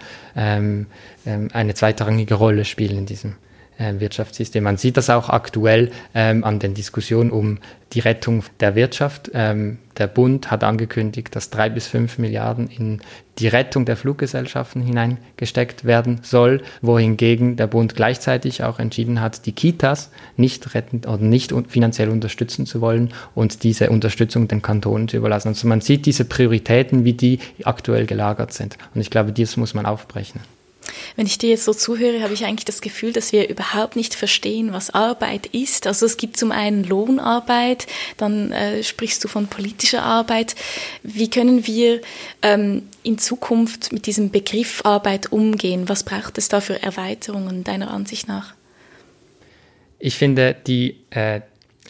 Rolle spielen in diesem Wirtschaftssystem. Man sieht das auch aktuell an den Diskussionen um die Rettung der Wirtschaft. Der Bund hat angekündigt, dass 3 bis 5 Milliarden in die Rettung der Fluggesellschaften hineingesteckt werden soll, wohingegen der Bund gleichzeitig auch entschieden hat, die Kitas nicht retten oder nicht finanziell unterstützen zu wollen und diese Unterstützung den Kantonen zu überlassen. Also man sieht diese Prioritäten, wie die aktuell gelagert sind. Und ich glaube, das muss man aufbrechen.
Wenn ich dir jetzt so zuhöre, habe ich eigentlich das Gefühl, dass wir überhaupt nicht verstehen, was Arbeit ist. Also es gibt zum einen Lohnarbeit, dann sprichst du von politischer Arbeit. Wie können wir in Zukunft mit diesem Begriff Arbeit umgehen? Was braucht es da für Erweiterungen deiner Ansicht nach?
Ich finde, die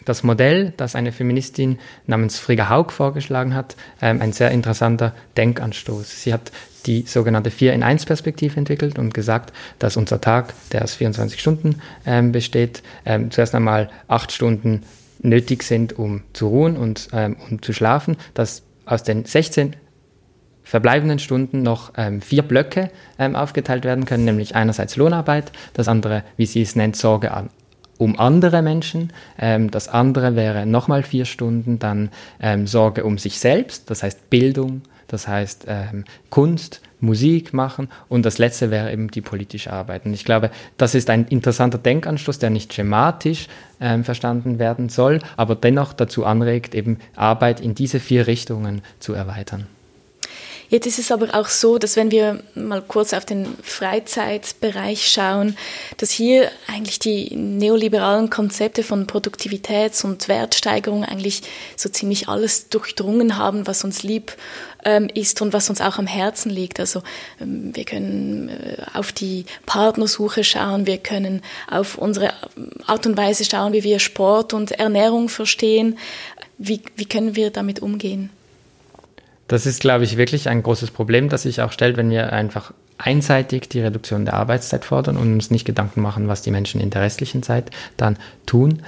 das Modell, das eine Feministin namens Frigga Haug vorgeschlagen hat, ein sehr interessanter Denkanstoß. Sie hat die sogenannte 4-in-1-Perspektive entwickelt und gesagt, dass unser Tag, der aus 24 Stunden besteht, zuerst einmal 8 Stunden nötig sind, um zu ruhen und um zu schlafen, dass aus den 16 verbleibenden Stunden noch 4 Blöcke aufgeteilt werden können, nämlich einerseits Lohnarbeit, das andere, wie sie es nennt, Sorge um andere Menschen, das andere wäre nochmal 4 Stunden, dann Sorge um sich selbst, das heißt Bildung, das heißt Kunst, Musik machen und das letzte wäre eben die politische Arbeit. Und ich glaube, das ist ein interessanter Denkanstoß, der nicht schematisch verstanden werden soll, aber dennoch dazu anregt, eben Arbeit in diese 4 Richtungen zu erweitern.
Jetzt ist es aber auch so, dass wenn wir mal kurz auf den Freizeitbereich schauen, dass hier eigentlich die neoliberalen Konzepte von Produktivitäts- und Wertsteigerung eigentlich so ziemlich alles durchdrungen haben, was uns lieb ist und was uns auch am Herzen liegt. Also wir können auf die Partnersuche schauen, wir können auf unsere Art und Weise schauen, wie wir Sport und Ernährung verstehen. Wie können wir damit umgehen?
Das ist, glaube ich, wirklich ein großes Problem, das sich auch stellt, wenn wir einfach einseitig die Reduktion der Arbeitszeit fordern und uns nicht Gedanken machen, was die Menschen in der restlichen Zeit dann tun.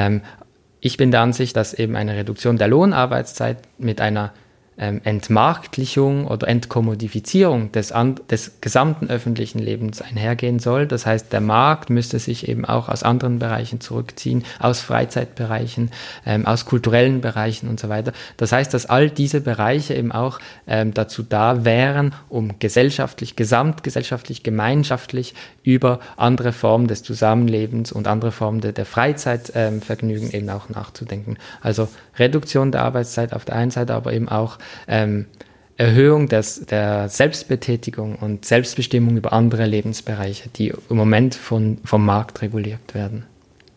Ich bin der Ansicht, dass eben eine Reduktion der Lohnarbeitszeit mit einer Entmarktlichung oder Entkommodifizierung des gesamten öffentlichen Lebens einhergehen soll. Das heißt, der Markt müsste sich eben auch aus anderen Bereichen zurückziehen, aus Freizeitbereichen, aus kulturellen Bereichen und so weiter. Das heißt, dass all diese Bereiche eben auch dazu da wären, um gesamtgesellschaftlich, gemeinschaftlich über andere Formen des Zusammenlebens und andere Formen der Freizeitvergnügen eben auch nachzudenken. Also Reduktion der Arbeitszeit auf der einen Seite, aber eben auch Erhöhung der Selbstbetätigung und Selbstbestimmung über andere Lebensbereiche, die im Moment vom Markt reguliert werden.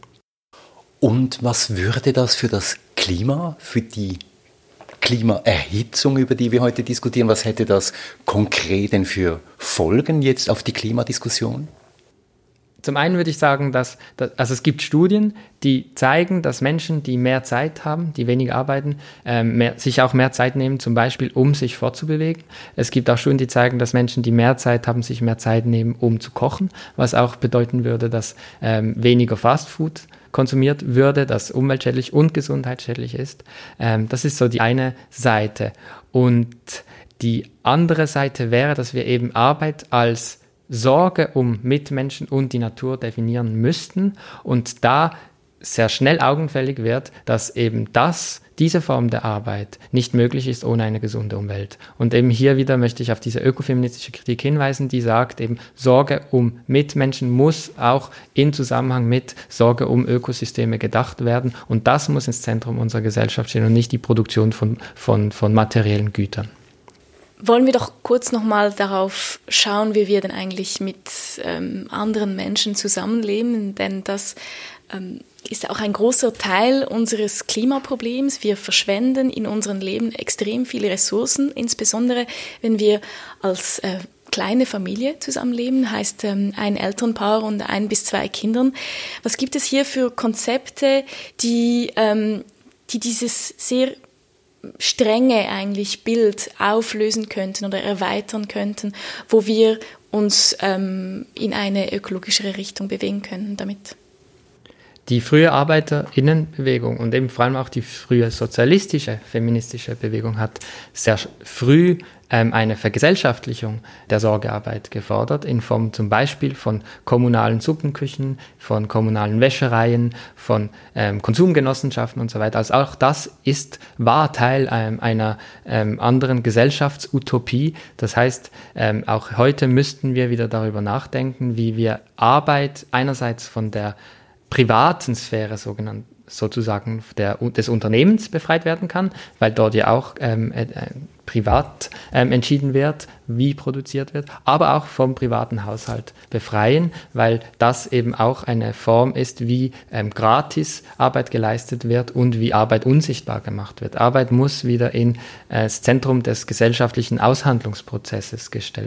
Und was würde das für das Klima, für die Klimaerhitzung, über die wir heute diskutieren, was hätte das konkret denn für Folgen jetzt auf die Klimadiskussion?
Zum einen würde ich sagen, dass es gibt Studien, die zeigen, dass Menschen, die mehr Zeit haben, die weniger arbeiten, sich auch mehr Zeit nehmen, zum Beispiel, um sich fortzubewegen. Es gibt auch Studien, die zeigen, dass Menschen, die mehr Zeit haben, sich mehr Zeit nehmen, um zu kochen, was auch bedeuten würde, dass weniger Fastfood konsumiert würde, das umweltschädlich und gesundheitsschädlich ist. Das ist so die eine Seite. Und die andere Seite wäre, dass wir eben Arbeit als Sorge um Mitmenschen und die Natur definieren müssten und da sehr schnell augenfällig wird, dass eben diese Form der Arbeit nicht möglich ist ohne eine gesunde Umwelt. Und eben hier wieder möchte ich auf diese ökofeministische Kritik hinweisen, die sagt eben, Sorge um Mitmenschen muss auch in Zusammenhang mit Sorge um Ökosysteme gedacht werden und das muss ins Zentrum unserer Gesellschaft stehen und nicht die Produktion von materiellen Gütern.
Wollen wir doch kurz nochmal darauf schauen, wie wir denn eigentlich mit anderen Menschen zusammenleben, denn das ist auch ein großer Teil unseres Klimaproblems. Wir verschwenden in unserem Leben extrem viele Ressourcen, insbesondere wenn wir als kleine Familie zusammenleben, heißt ein Elternpaar und 1 bis 2 Kindern. Was gibt es hier für Konzepte, die dieses sehr strenge eigentlich Bild auflösen könnten oder erweitern könnten, wo wir uns in eine ökologischere Richtung bewegen können damit?
Die frühe ArbeiterInnenbewegung und eben vor allem auch die frühe sozialistische, feministische Bewegung hat sehr früh eine Vergesellschaftlichung der Sorgearbeit gefordert, in Form zum Beispiel von kommunalen Suppenküchen, von kommunalen Wäschereien, von Konsumgenossenschaften und so weiter. Also auch das war Teil einer anderen Gesellschaftsutopie. Das heißt, auch heute müssten wir wieder darüber nachdenken, wie wir Arbeit einerseits von der privaten Sphäre sozusagen des Unternehmens befreit werden kann, weil dort ja auch privat entschieden wird, wie produziert wird, aber auch vom privaten Haushalt befreien, weil das eben auch eine Form ist, wie gratis Arbeit geleistet wird und wie Arbeit unsichtbar gemacht wird. Arbeit muss wieder in das Zentrum des gesellschaftlichen Aushandlungsprozesses gestellt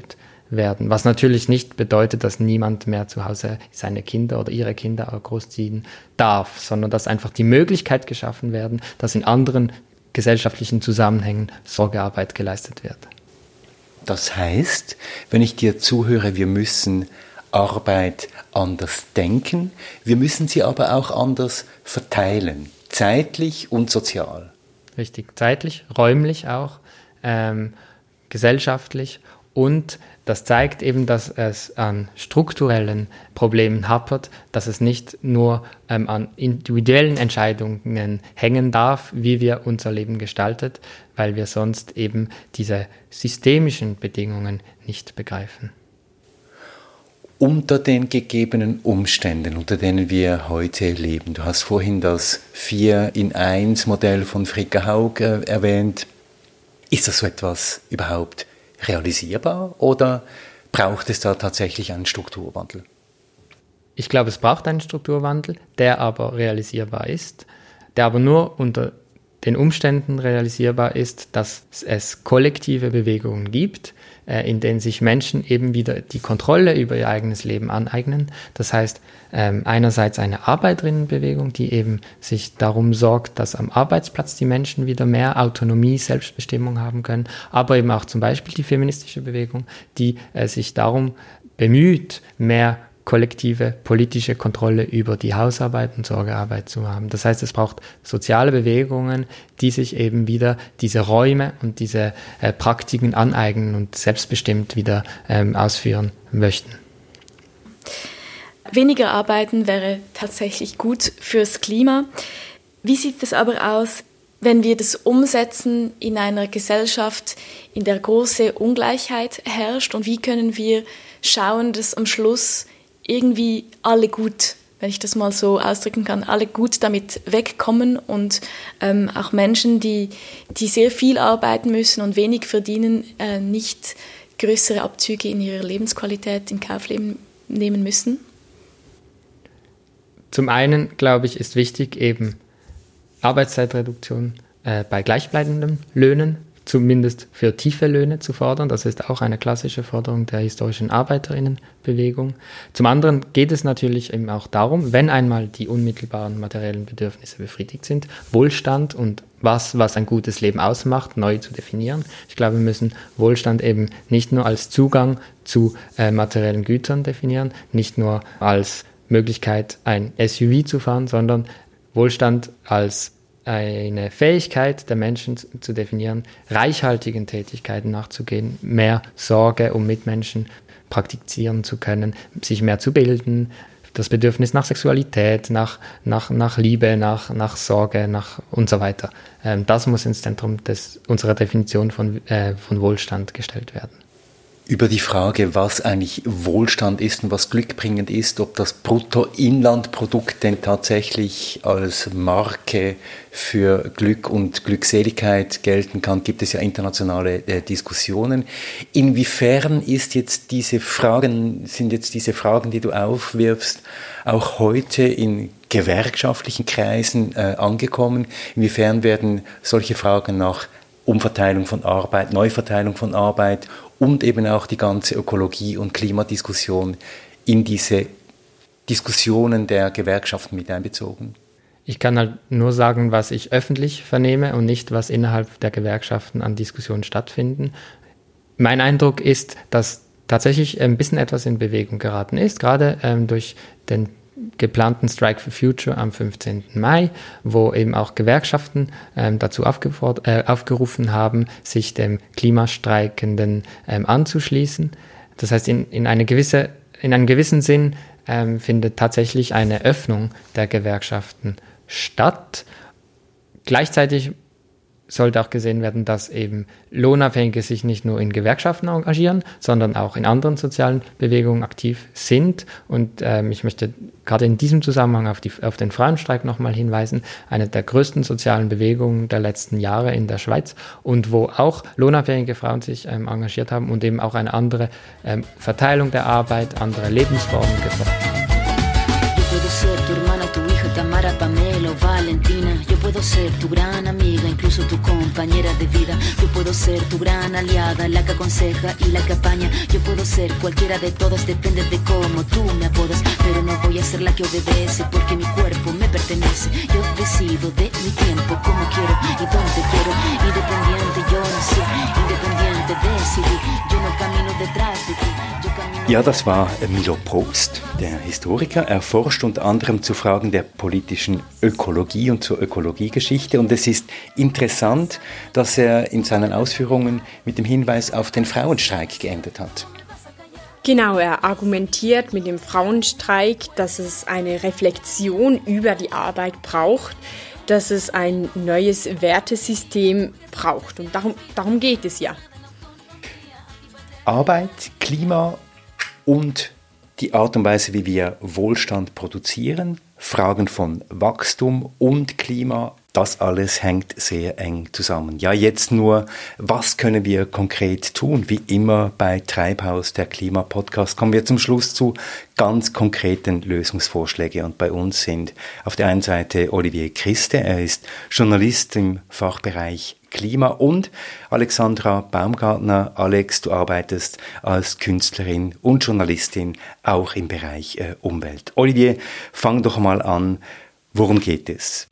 werden. Was natürlich nicht bedeutet, dass niemand mehr zu Hause seine Kinder oder ihre Kinder großziehen darf, sondern dass einfach die Möglichkeit geschaffen werden, dass in anderen gesellschaftlichen Zusammenhängen Sorgearbeit geleistet wird.
Das heißt, wenn ich dir zuhöre, wir müssen Arbeit anders denken, wir müssen sie aber auch anders verteilen, zeitlich und sozial.
Richtig, zeitlich, räumlich auch, gesellschaftlich, und das zeigt eben, dass es an strukturellen Problemen hapert, dass es nicht nur an individuellen Entscheidungen hängen darf, wie wir unser Leben gestaltet, weil wir sonst eben diese systemischen Bedingungen nicht begreifen.
Unter den gegebenen Umständen, unter denen wir heute leben, du hast vorhin das 4-in-1-Modell von Fricke Haug erwähnt, ist das so etwas überhaupt realisierbar oder braucht es da tatsächlich einen Strukturwandel?
Ich glaube, es braucht einen Strukturwandel, der aber realisierbar ist, der aber nur unter den Umständen realisierbar ist, dass es kollektive Bewegungen gibt, in denen sich Menschen eben wieder die Kontrolle über ihr eigenes Leben aneignen. Das heißt, einerseits eine Arbeiterinnenbewegung, die eben sich darum sorgt, dass am Arbeitsplatz die Menschen wieder mehr Autonomie, Selbstbestimmung haben können, aber eben auch zum Beispiel die feministische Bewegung, die sich darum bemüht, mehr kollektive politische Kontrolle über die Hausarbeit und Sorgearbeit zu haben. Das heißt, es braucht soziale Bewegungen, die sich eben wieder diese Räume und diese Praktiken aneignen und selbstbestimmt wieder ausführen möchten.
Weniger arbeiten wäre tatsächlich gut fürs Klima. Wie sieht es aber aus, wenn wir das umsetzen in einer Gesellschaft, in der große Ungleichheit herrscht? Und wie können wir schauen, dass am Schluss irgendwie alle gut, wenn ich das mal so ausdrücken kann, alle gut damit wegkommen und auch Menschen, die sehr viel arbeiten müssen und wenig verdienen, nicht größere Abzüge in ihrer Lebensqualität in Kauf nehmen müssen?
Zum einen, glaube ich, ist wichtig, eben Arbeitszeitreduktion bei gleichbleibenden Löhnen, zumindest für tiefe Löhne zu fordern. Das ist auch eine klassische Forderung der historischen Arbeiterinnenbewegung. Zum anderen geht es natürlich eben auch darum, wenn einmal die unmittelbaren materiellen Bedürfnisse befriedigt sind, Wohlstand und was ein gutes Leben ausmacht, neu zu definieren. Ich glaube, wir müssen Wohlstand eben nicht nur als Zugang zu materiellen Gütern definieren, nicht nur als Möglichkeit, ein SUV zu fahren, sondern Wohlstand als eine Fähigkeit der Menschen zu definieren, reichhaltigen Tätigkeiten nachzugehen, mehr Sorge um Mitmenschen praktizieren zu können, sich mehr zu bilden, das Bedürfnis nach Sexualität, nach Liebe, nach Sorge, und so weiter. Das muss ins Zentrum unserer Definition von Wohlstand gestellt werden.
Über die Frage, was eigentlich Wohlstand ist und was glückbringend ist, ob das Bruttoinlandprodukt denn tatsächlich als Marke für Glück und Glückseligkeit gelten kann, gibt es ja internationale Diskussionen. Inwiefern sind jetzt diese Fragen, die du aufwirfst, auch heute in gewerkschaftlichen Kreisen angekommen? Inwiefern werden solche Fragen nach Umverteilung von Arbeit, Neuverteilung von Arbeit und eben auch die ganze Ökologie- und Klimadiskussion in diese Diskussionen der Gewerkschaften mit einbezogen?
Ich kann halt nur sagen, was ich öffentlich vernehme und nicht, was innerhalb der Gewerkschaften an Diskussionen stattfinden. Mein Eindruck ist, dass tatsächlich ein bisschen etwas in Bewegung geraten ist, gerade durch den geplanten Strike for Future am 15. Mai, wo eben auch Gewerkschaften dazu aufgerufen haben, sich dem Klimastreikenden anzuschließen. Das heißt, in einem gewissen Sinn findet tatsächlich eine Öffnung der Gewerkschaften statt. Gleichzeitig sollte auch gesehen werden, dass eben Lohnabhängige sich nicht nur in Gewerkschaften engagieren, sondern auch in anderen sozialen Bewegungen aktiv sind. Und ich möchte gerade in diesem Zusammenhang auf den Frauenstreik nochmal hinweisen, eine der größten sozialen Bewegungen der letzten Jahre in der Schweiz und wo auch lohnabhängige Frauen sich engagiert haben und eben auch eine andere Verteilung der Arbeit, andere Lebensformen gefordert haben.
Tamara, Pamela o Valentina. Yo puedo ser tu gran amiga, incluso tu compañera de vida. Yo puedo ser tu gran aliada, la que aconseja y la que apaña. Yo puedo ser cualquiera de todas, depende de cómo tú me apodas. Pero no voy a ser la que obedece, porque mi cuerpo me pertenece. Yo decido de mi tiempo, como quiero y donde quiero. Independiente yo nací, independiente decidí. Yo no camino detrás de ti.
Ja, das war Milo Probst, der Historiker. Er forscht unter anderem zu Fragen der politischen Ökologie und zur Ökologiegeschichte. Und es ist interessant, dass er in seinen Ausführungen mit dem Hinweis auf den Frauenstreik geendet hat.
Genau, er argumentiert mit dem Frauenstreik, dass es eine Reflexion über die Arbeit braucht, dass es ein neues Wertesystem braucht. Und darum geht es ja.
Arbeit, Klima und die Art und Weise, wie wir Wohlstand produzieren, Fragen von Wachstum und Klima, das alles hängt sehr eng zusammen. Ja, jetzt nur, was können wir konkret tun? Wie immer bei Treibhaus, der Klimapodcast, kommen wir zum Schluss zu ganz konkreten Lösungsvorschlägen. Und bei uns sind auf der einen Seite Olivier Christe, er ist Journalist im Fachbereich Klima, und Alexandra Baumgartner. Alex, du arbeitest als Künstlerin und Journalistin auch im Bereich Umwelt. Olivier, fang doch mal an. Worum geht es?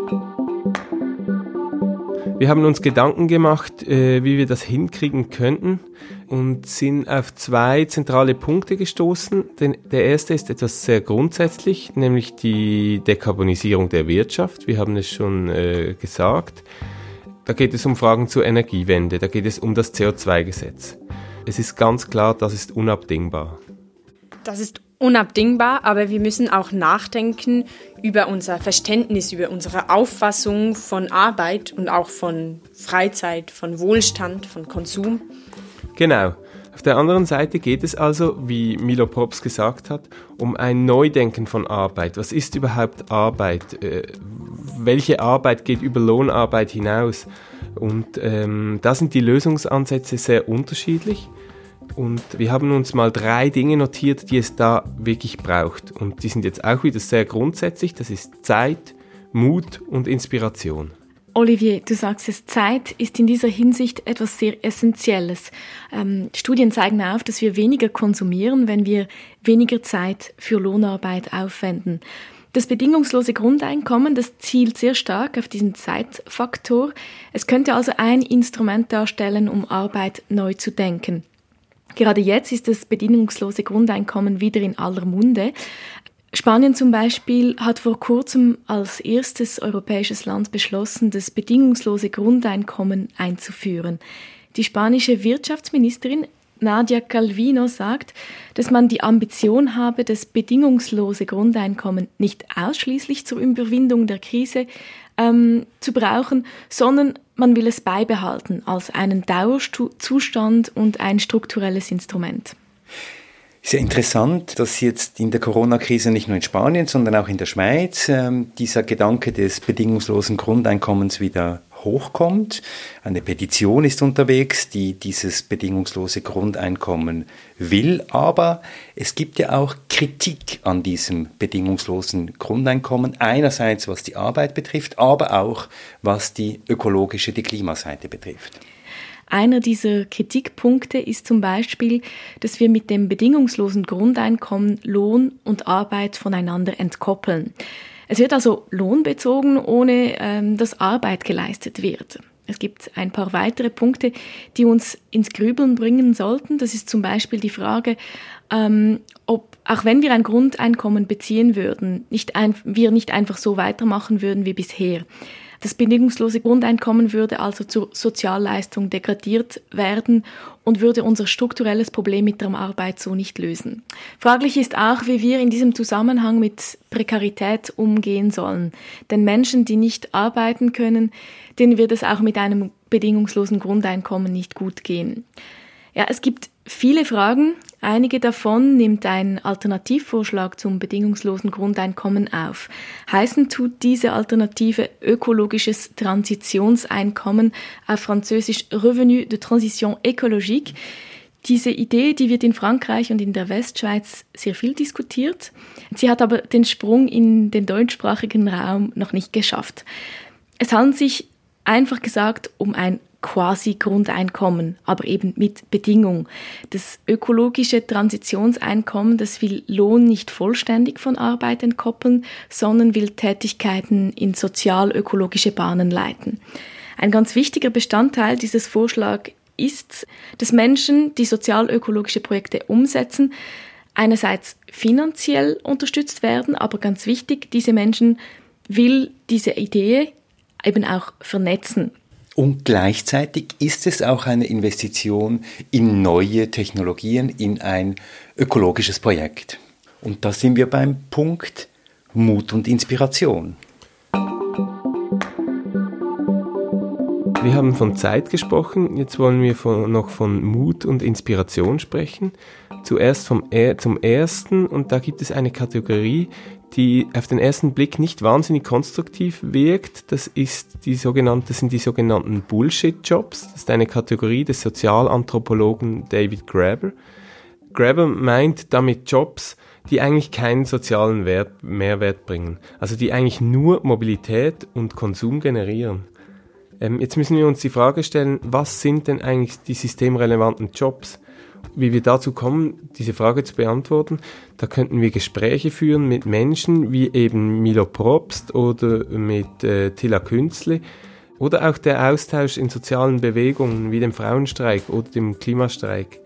Wir haben uns Gedanken gemacht, wie wir das hinkriegen könnten, und sind auf 2 zentrale Punkte gestoßen. Der erste ist etwas sehr grundsätzlich, nämlich die Dekarbonisierung der Wirtschaft. Wir haben es schon gesagt. Da geht es um Fragen zur Energiewende, da geht es um das CO2-Gesetz. Es ist ganz klar, das ist unabdingbar.
Das ist unabdingbar, aber wir müssen auch nachdenken über unser Verständnis, über unsere Auffassung von Arbeit und auch von Freizeit, von Wohlstand, von Konsum.
Genau. Auf der anderen Seite geht es also, wie Milo Probst gesagt hat, um ein Neudenken von Arbeit. Was ist überhaupt Arbeit? Welche Arbeit geht über Lohnarbeit hinaus? Und da sind die Lösungsansätze sehr unterschiedlich. Und wir haben uns mal 3 Dinge notiert, die es da wirklich braucht. Und die sind jetzt auch wieder sehr grundsätzlich. Das ist Zeit, Mut und Inspiration.
Olivier, du sagst es, Zeit ist in dieser Hinsicht etwas sehr Essentielles. Studien zeigen auf, dass wir weniger konsumieren, wenn wir weniger Zeit für Lohnarbeit aufwenden. Das bedingungslose Grundeinkommen, das zielt sehr stark auf diesen Zeitfaktor. Es könnte also ein Instrument darstellen, um Arbeit neu zu denken. Gerade jetzt ist das bedingungslose Grundeinkommen wieder in aller Munde. Spanien zum Beispiel hat vor kurzem als erstes europäisches Land beschlossen, das bedingungslose Grundeinkommen einzuführen. Die spanische Wirtschaftsministerin Nadia Calvino sagt, dass man die Ambition habe, das bedingungslose Grundeinkommen nicht ausschließlich zur Überwindung der Krise zu brauchen, sondern man will es beibehalten als einen Dauerzustand und ein strukturelles Instrument.
Sehr interessant, dass jetzt in der Corona-Krise nicht nur in Spanien, sondern auch in der Schweiz dieser Gedanke des bedingungslosen Grundeinkommens wieder hochkommt. Eine Petition ist unterwegs, die dieses bedingungslose Grundeinkommen will, aber es gibt ja auch Kritik an diesem bedingungslosen Grundeinkommen, einerseits was die Arbeit betrifft, aber auch was die ökologische, die Klimaseite betrifft.
Einer dieser Kritikpunkte ist zum Beispiel, dass wir mit dem bedingungslosen Grundeinkommen Lohn und Arbeit voneinander entkoppeln. Es wird also lohnbezogen, ohne dass Arbeit geleistet wird. Es gibt ein paar weitere Punkte, die uns ins Grübeln bringen sollten. Das ist zum Beispiel die Frage, ob, auch wenn wir ein Grundeinkommen beziehen würden, wir nicht einfach so weitermachen würden wie bisher. Das bedingungslose Grundeinkommen würde also zur Sozialleistung degradiert werden und würde unser strukturelles Problem mit der Arbeit so nicht lösen. Fraglich ist auch, wie wir in diesem Zusammenhang mit Prekarität umgehen sollen. Denn Menschen, die nicht arbeiten können, denen wird es auch mit einem bedingungslosen Grundeinkommen nicht gut gehen. Ja, es gibt viele Fragen. Einige davon nimmt ein Alternativvorschlag zum bedingungslosen Grundeinkommen auf. Heißen tut diese Alternative ökologisches Transitionseinkommen, auf Französisch Revenu de Transition écologique. Diese Idee, die wird in Frankreich und in der Westschweiz sehr viel diskutiert. Sie hat aber den Sprung in den deutschsprachigen Raum noch nicht geschafft. Es handelt sich einfach gesagt um ein Quasi-Grundeinkommen, aber eben mit Bedingung. Das ökologische Transitionseinkommen, das will Lohn nicht vollständig von Arbeit entkoppeln, sondern will Tätigkeiten in sozial-ökologische Bahnen leiten. Ein ganz wichtiger Bestandteil dieses Vorschlags ist, dass Menschen, die sozial-ökologische Projekte umsetzen, einerseits finanziell unterstützt werden, aber ganz wichtig, diese Menschen will diese Idee eben auch vernetzen.
Und gleichzeitig ist es auch eine Investition in neue Technologien, in ein ökologisches Projekt. Und da sind wir beim Punkt Mut und Inspiration.
Wir haben von Zeit gesprochen, jetzt wollen wir noch von Mut und Inspiration sprechen. Zuerst zum Ersten, und da gibt es eine Kategorie, die auf den ersten Blick nicht wahnsinnig konstruktiv wirkt. Das sind die sogenannten Bullshit-Jobs. Das ist eine Kategorie des Sozialanthropologen David Graeber. Graeber meint damit Jobs, die eigentlich keinen sozialen Mehrwert bringen. Also die eigentlich nur Mobilität und Konsum generieren. Jetzt müssen wir uns die Frage stellen, was sind denn eigentlich die systemrelevanten Jobs? Wie wir dazu kommen, diese Frage zu beantworten, da könnten wir Gespräche führen mit Menschen wie eben Milo Probst oder mit Tilla Künzli oder auch der Austausch in sozialen Bewegungen wie dem Frauenstreik oder dem Klimastreik.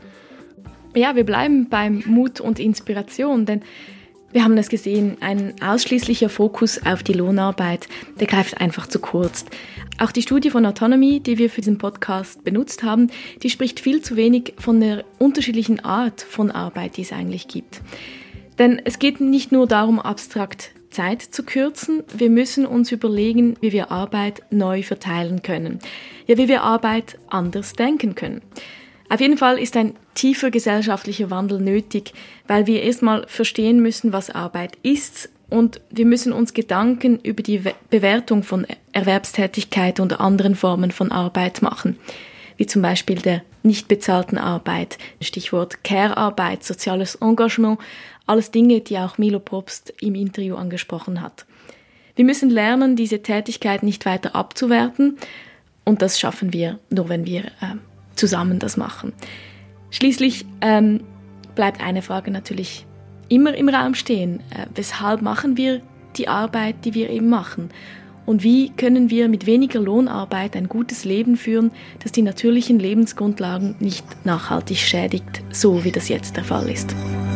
Ja, wir bleiben beim Mut und Inspiration, denn wir haben es gesehen, ein ausschließlicher Fokus auf die Lohnarbeit, der greift einfach zu kurz. Auch die Studie von Autonomy, die wir für diesen Podcast benutzt haben, die spricht viel zu wenig von der unterschiedlichen Art von Arbeit, die es eigentlich gibt. Denn es geht nicht nur darum, abstrakt Zeit zu kürzen, wir müssen uns überlegen, wie wir Arbeit neu verteilen können. Ja, wie wir Arbeit anders denken können. Auf jeden Fall ist ein tiefer gesellschaftlicher Wandel nötig, weil wir erstmal verstehen müssen, was Arbeit ist, und wir müssen uns Gedanken über die Bewertung von Erwerbstätigkeit und anderen Formen von Arbeit machen, wie zum Beispiel der nicht bezahlten Arbeit, Stichwort Care-Arbeit, soziales Engagement, alles Dinge, die auch Milo Probst im Interview angesprochen hat. Wir müssen lernen, diese Tätigkeit nicht weiter abzuwerten, und das schaffen wir nur, wenn wir zusammen das machen. Schließlich bleibt eine Frage natürlich immer im Raum stehen. Weshalb machen wir die Arbeit, die wir eben machen? Und wie können wir mit weniger Lohnarbeit ein gutes Leben führen, das die natürlichen Lebensgrundlagen nicht nachhaltig schädigt, so wie das jetzt der Fall ist?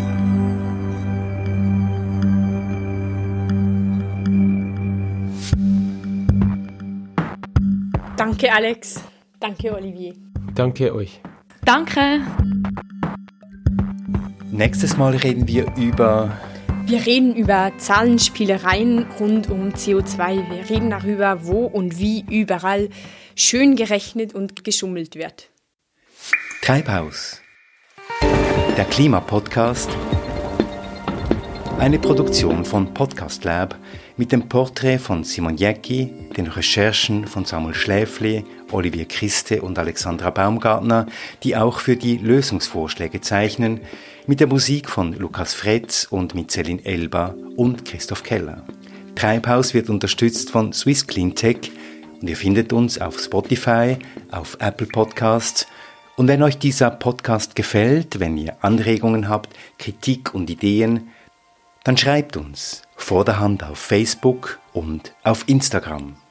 Danke, Alex. Danke, Olivier.
Danke euch.
Danke.
Nächstes Mal reden wir über...
Wir reden über Zahlenspielereien rund um CO2. Wir reden darüber, wo und wie überall schön gerechnet und geschummelt wird.
Treibhaus. Der Klimapodcast. Eine Produktion von Podcast Lab mit dem Porträt von Simon Jäcki, den Recherchen von Samuel Schläfli, Olivier Christe und Alexandra Baumgartner, die auch für die Lösungsvorschläge zeichnen, mit der Musik von Lukas Fretz und mit Celine Elba und Christoph Keller. Treibhaus wird unterstützt von Swiss Clean Tech und ihr findet uns auf Spotify, auf Apple Podcasts. Und wenn euch dieser Podcast gefällt, wenn ihr Anregungen habt, Kritik und Ideen, dann schreibt uns vorderhand auf Facebook und auf Instagram.